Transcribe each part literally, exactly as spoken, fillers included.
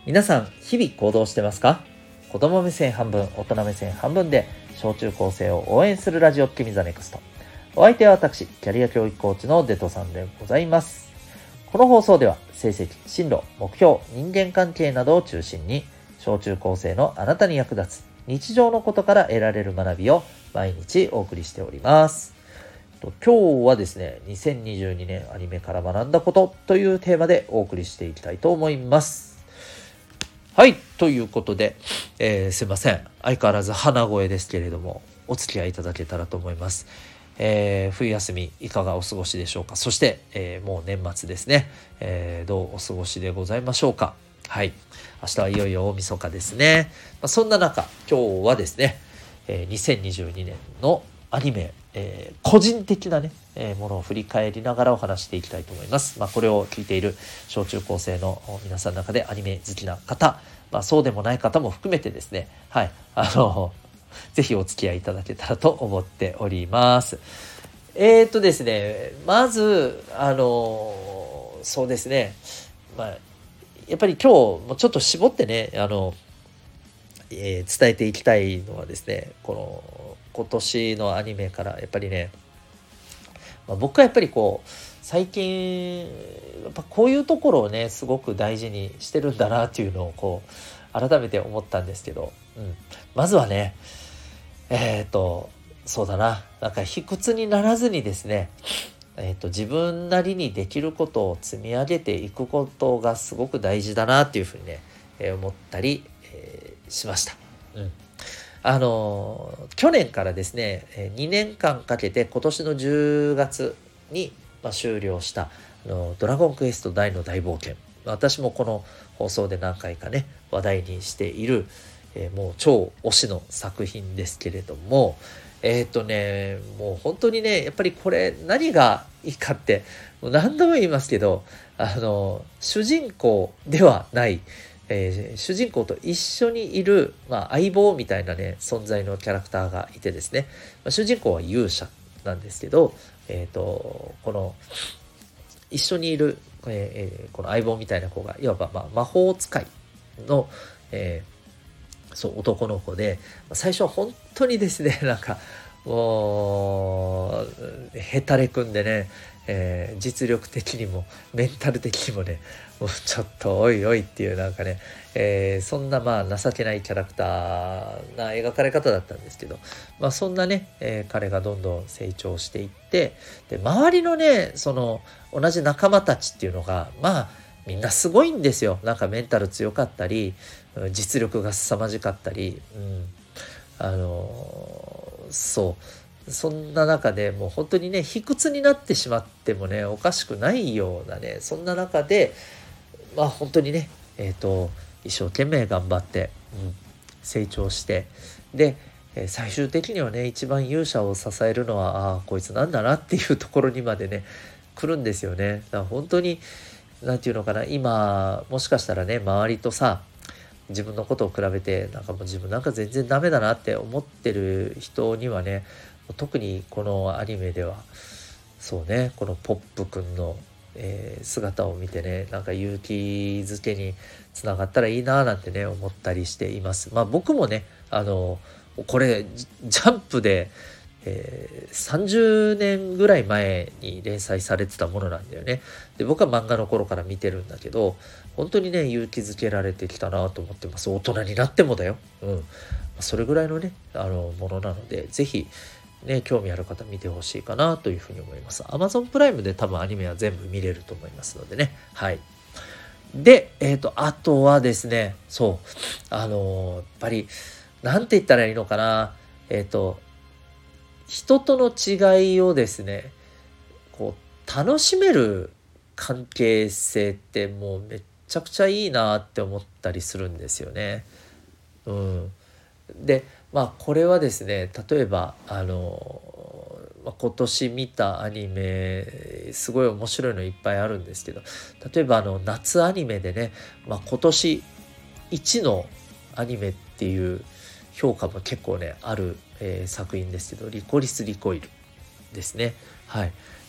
皆さん日々行動してますか？子供目線半分、大人目線半分で小中高生を応援するラジオ君ザネクスト。お相手は私、キャリア教育コーチのデトさんでございます。この放送では成績、進路、目標、人間関係などを中心に小中高生のあなたに役立つ日常のことから得られる学びを毎日お送りしております。今日はですね、にせんにじゅうにねんアニメから学んだことというテーマでお送りしていきたいと思います。はい、ということで、えー、すいません。相変わらず鼻声ですけれども、お付き合いいただけたらと思います。えー、冬休みいかがお過ごしでしょうか。そして、えー、もう年末ですね、えー、どうお過ごしでございましょうか。はい、明日はいよいよ大晦日ですね。まあ、そんな中、今日はですね、えー、にせんにじゅうにねんのアニメ、えー、個人的なね、えー、ものを振り返りながらお話していきたいと思います。まあ、これを聞いている小中高生の皆さんの中でアニメ好きな方、まあ、そうでもない方も含めてですね、はい、あのぜひお付き合いいただけたらと思っております。えーとですね、まずあのそうですね、まあ、やっぱり今日もちょっと絞ってね、あの、えー、伝えていきたいのはですね、この今年のアニメからやっぱりね、まあ、僕はやっぱりこう最近やっぱこういうところをねすごく大事にしてるんだなっていうのをこう改めて思ったんですけど、うん、まずはねえっ、ー、とそうだななんか卑屈にならずにですね、えーと、自分なりにできることを積み上げていくことがすごく大事だなっていうふうにね、えー、思ったり、えー、しました。うんあの去年からですねにねんかんかけて今年のじゅうがつに、まあ、終了したあのドラゴンクエスト大の大冒険、私もこの放送で何回かね話題にしている、えー、もう超推しの作品ですけれども、えっとねもう本当にねやっぱりこれ何がいいかってもう何度も言いますけど、あの主人公ではないえー、主人公と一緒にいる、まあ、相棒みたいなね存在のキャラクターがいてですね、まあ、主人公は勇者なんですけど、えーと、この一緒にいる、えー、この相棒みたいな子がいわば、まあ、魔法使いの、えー、そう男の子で、最初は本当にですねなんかもうへたれ組んでね、えー、実力的にもメンタル的にもねもうちょっとおいおいっていうなんかね、えー、そんなまあ情けないキャラクターな描かれ方だったんですけど、まあそんなね、えー、彼がどんどん成長していって、で周りのねその同じ仲間たちっていうのがまあみんなすごいんですよ。なんかメンタル強かったり実力が凄まじかったり、うん、あのー、そうそんな中でもう本当にね卑屈になってしまってもねおかしくないようなねそんな中でまあ本当にねえっと一生懸命頑張って、うん、成長してで最終的にはね一番勇者を支えるのはああこいつなんだなっていうところにまでね来るんですよね。だから本当になんていうのかな、今もしかしたらね周りとさ自分のことを比べてなんかもう自分なんか全然ダメだなって思ってる人にはね特にこのアニメではそうねこのポップくんの、えー、姿を見てねなんか勇気づけにつながったらいいななんてね思ったりしています。まあ僕もねあのこれジャンプで、えー、さんじゅうねんぐらい前に連載されてたものなんだよね。で僕は漫画の頃から見てるんだけど本当にね勇気づけられてきたなと思ってます。大人になってもだよ、うん、それぐらいのねあのものなのでぜひね興味ある方見てほしいかなというふうに思います。 Amazon プライムで多分アニメは全部見れると思いますのでね。はいでえっ、ー、とあとはですねそうあのー、やっぱりなんて言ったらいいのかなえっ、ー、と人との違いをですねこう楽しめる関係性ってもうめっちゃくちゃいいなって思ったりするんですよね。うん、でまあこれはですね例えばあの、まあ、今年見たアニメすごい面白いのいっぱいあるんですけど、例えばあの夏アニメでね、まあ、今年一のアニメっていう評価も結構ねある、えー、作品ですけどリコリス・リコイルですね。はい、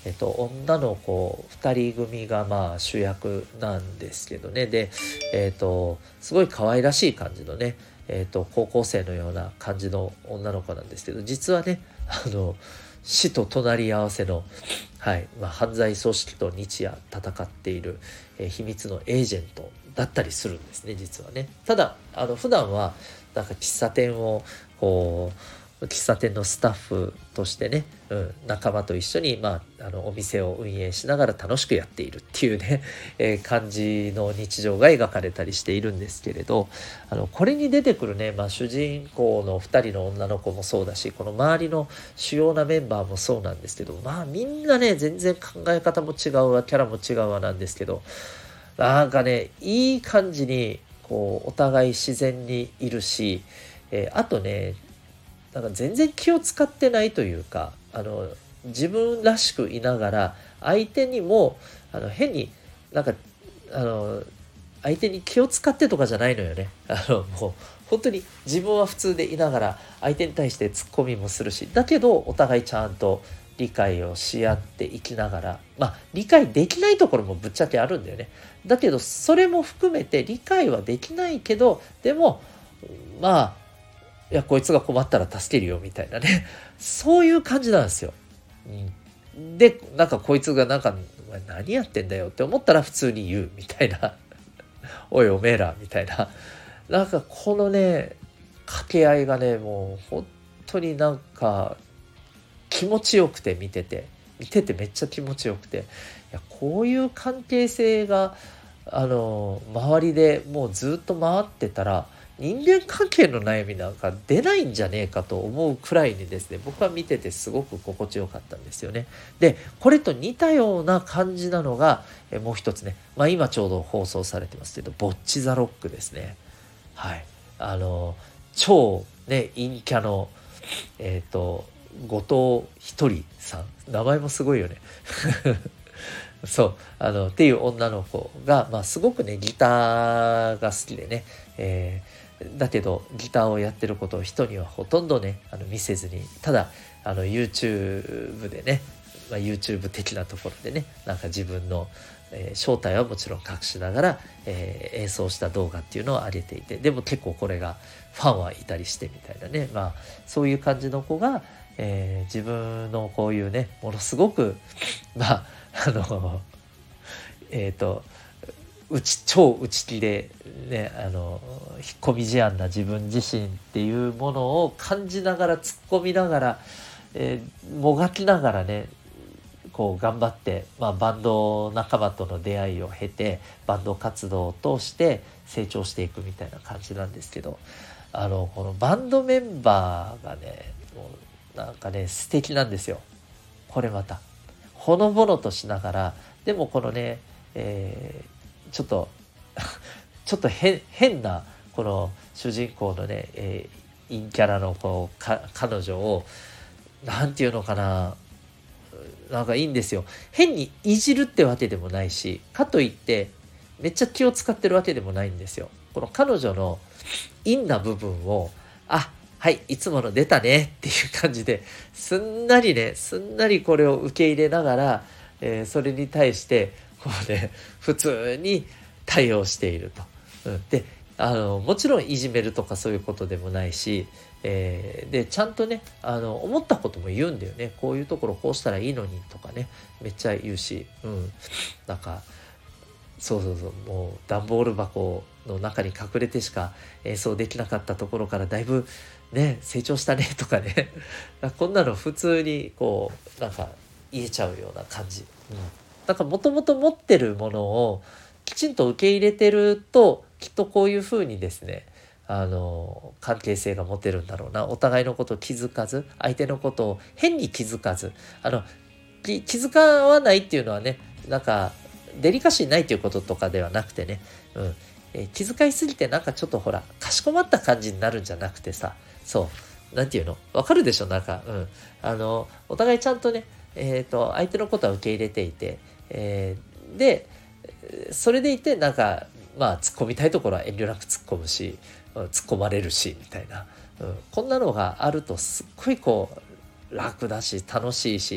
えっと、女の子ふたり組がまあ主役なんですけどね。で、えっと、すごい可愛らしい感じのね、えっと、高校生のような感じの女の子なんですけど、実はね、あの、死と隣り合わせの、はいまあ、犯罪組織と日夜戦っている、えー秘密のエージェントだったりするんですね、実はね。ただ、あの普段はなんか喫茶店をこう喫茶店のスタッフとしてね、うん、仲間と一緒に、まあ、あのお店を運営しながら楽しくやっているっていうね、えー感じの日常が描かれたりしているんですけれど、あのこれに出てくるね、まあ、主人公のふたりの女の子もそうだし、この周りの主要なメンバーもそうなんですけど、まあみんなね全然考え方も違うわ、キャラも違うわなんですけど、なんかねいい感じにこうお互い自然にいるし、えーあとねなんか全然気を使ってないというか、あの自分らしくいながら相手にもあの変になんかあの相手に気を使ってとかじゃないのよね。あのもう本当に自分は普通でいながら相手に対してツッコミもするし、だけどお互いちゃんと理解をし合っていきながら、まあ理解できないところもぶっちゃけあるんだよね。だけどそれも含めて理解はできないけど、でもまあいやこいつが困ったら助けるよみたいなね、そういう感じなんですよ。うん、でなんかこいつがなんかお前何やってんだよって思ったら普通に言うみたいなおいおめえらみたいな、なんかこのね掛け合いがねもう本当になんか気持ちよくて、見てて見ててめっちゃ気持ちよくて、いやこういう関係性があの周りでもうずっと回ってたら人間関係の悩みなんか出ないんじゃねえかと思うくらいにですね、僕は見ててすごく心地よかったんですよね。でこれと似たような感じなのがえもう一つね、まあ、今ちょうど放送されてますけどボッチ・ザ・ロックですね。はい、あの超ね陰キャのえっ、と後藤ひとりさん、名前もすごいよねそうあのっていう女の子が、まあ、すごくねギターが好きでね、えーだけどギターをやってることを人にはほとんどねあの見せずに、ただあの YouTube でね、まあ、YouTube 的なところでねなんか自分の、えー正体はもちろん隠しながら、えー演奏した動画っていうのを上げていて、でも結構これがファンはいたりしてみたいなね、まあそういう感じの子が、えー自分のこういうねものすごくまああのえっ、とうち超内気でねあの引っ込み思案な自分自身っていうものを感じながら突っ込みながら、えーもがきながらねこう頑張って、まあ、バンド仲間との出会いを経てバンド活動を通して成長していくみたいな感じなんですけど、あのこのバンドメンバーがねもうなんかね素敵なんですよ。これまたほのぼのとしながら、でもこのね、えーちょっとちょっと変変なこの主人公のね、えー陰キャラのこうか彼女をなんていうのかな、なんかいいんですよ。変にいじるってわけでもないし、かといってめっちゃ気を使ってるわけでもないんですよ。この彼女の陰な部分を、あ、はい、いつもの出たねっていう感じですんなりね、すんなりこれを受け入れながら、えーそれに対してこうね、普通に対応していると。うん、で、あのもちろんいじめるとかそういうことでもないし、えーでちゃんとねあの思ったことも言うんだよね。こういうところこうしたらいいのにとかねめっちゃ言うし、うん、なんかそうそうそう、もう段ボール箱の中に隠れてしか演奏できなかったところからだいぶね成長したねとかねこんなの普通にこうなんか言えちゃうような感じ、うん、だからもともと持ってるものをきちんと受け入れてるときっとこういうふうにですねあの関係性が持てるんだろうな。お互いのことを気づかず、相手のことを変に気づかず、あの気気づかわないっていうのはねなんかデリカシーないということとかではなくてね、うんえー気遣いすぎてなんかちょっとほらかしこまった感じになるんじゃなくてさ、そうなんていうのわかるでしょ、なんか、うん、あのお互いちゃんとね、えー、と相手のことは受け入れていて、えーでそれでいてなんかまあ突っ込みたいところは遠慮なく突っ込むし、うん突っ込まれるしみたいな、うん、こんなのがあるとすっごいこう楽だし楽しいし、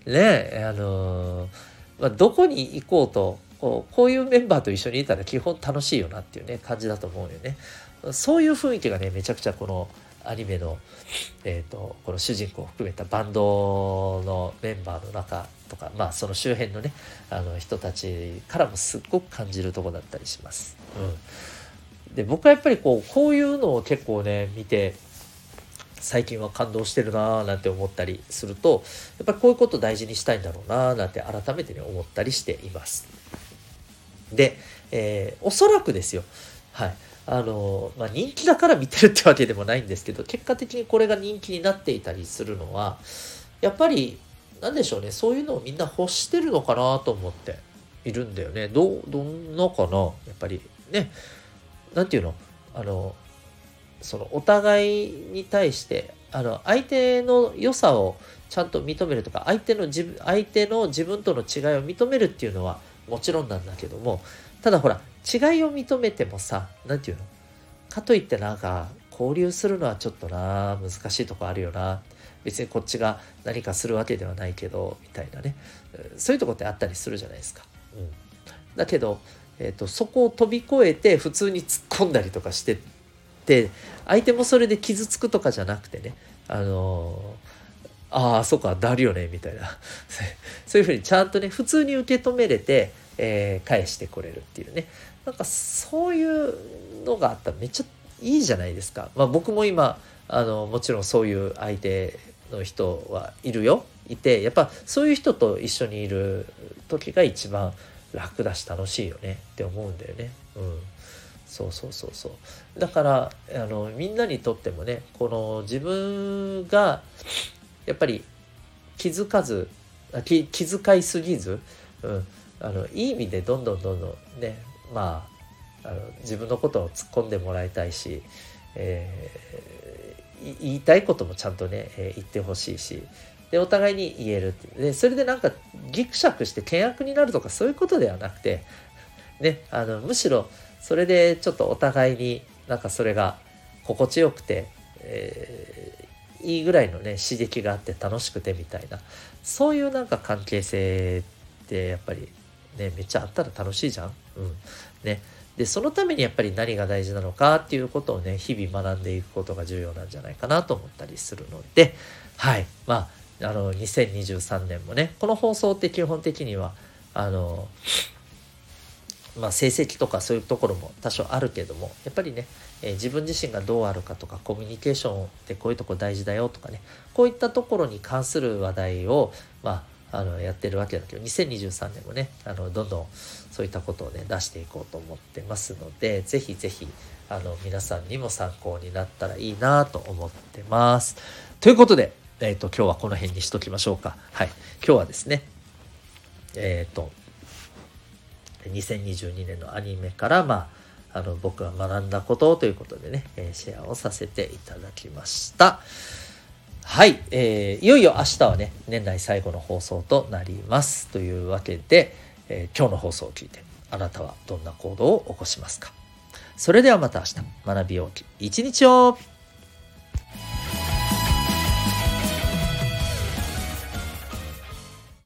ね、あのーまあ、どこに行こうとこう、こういうメンバーと一緒にいたら基本楽しいよなっていうね感じだと思うよね。そういう雰囲気がねめちゃくちゃこのアニメの、えーと、この主人公を含めたバンドのメンバーの中とか、まあその周辺のねあの人たちからもすっごく感じるところだったりします。うん、で僕はやっぱりこうこういうのを結構ね見て最近は感動してるなーなんて思ったりすると、やっぱりこういうこと大事にしたいんだろうなーなんて改めてね思ったりしています。で、えー、おそらくですよ、はい、あのーまあ、人気だから見てるってわけでもないんですけど、結果的にこれが人気になっていたりするのはやっぱりなんでしょうね、そういうのをみんな欲してるのかなと思っているんだよね。どうどんなかな、やっぱりね、なんていうの、あのそのお互いに対してあの相手の良さをちゃんと認めるとか、相手の自分相手の自分との違いを認めるっていうのはもちろんなんだけども、ただほら違いを認めてもさ、なんていうのかといってなんか交流するのはちょっとな難しいとこあるよな、別にこっちが何かするわけではないけどみたいなね、そういうとこってあったりするじゃないですか。うん、だけど、えーと、そこを飛び越えて普通に突っ込んだりとかしてで相手もそれで傷つくとかじゃなくてね、あのー、ああそうかだるよねみたいなそういうふうにちゃんとね普通に受け止めれて、えー、返してくれるっていうね、なんかそういうのがあったらめっちゃいいじゃないですか。まあ僕も今あのもちろんそういう相手の人はいるよいて、やっぱそういう人と一緒にいる時が一番楽だし楽しいよねって思うんだよね。うんそうそうそうそうだからあのみんなにとってもね、この自分がやっぱり気づかず気気遣いすぎず、うん、あのいい意味でどんどんどんどんね、まあ、あの自分のことを突っ込んでもらいたいし、えー、言いたいこともちゃんとね、えー、言ってほしいし、でお互いに言えるってで、それでなんかギクシャクして険悪になるとかそういうことではなくてね、あのむしろそれでちょっとお互いになんかそれが心地よくて、えー、いいぐらいのね刺激があって楽しくてみたいな、そういうなんか関係性ってやっぱりねめっちゃあったら楽しいじゃん。うんね、でそのためにやっぱり何が大事なのかっていうことをね日々学んでいくことが重要なんじゃないかなと思ったりするので、はい、まああのにせんにじゅうさんねんもねこの放送って基本的にはあのまあ、成績とかそういうところも多少あるけども、やっぱりね、えー、自分自身がどうあるかとかコミュニケーションってこういうとこ大事だよとかね、こういったところに関する話題を、まあ、あのやってるわけだけど、にせんにじゅうさんねんもねあのどんどんそういったことをね出していこうと思ってますので、ぜひぜひあの皆さんにも参考になったらいいなと思ってます。ということで、えーと、今日はこの辺にしときましょうか。はい、今日はですねえっ、ー、とにせんにじゅうにねんのアニメから、まあ、あの僕が学んだことということでね、えー、シェアをさせていただきました。はい、えー、いよいよ明日はね年内最後の放送となりますというわけで、えー、今日の放送を聞いてあなたはどんな行動を起こしますか。それではまた明日、学びようき一日を。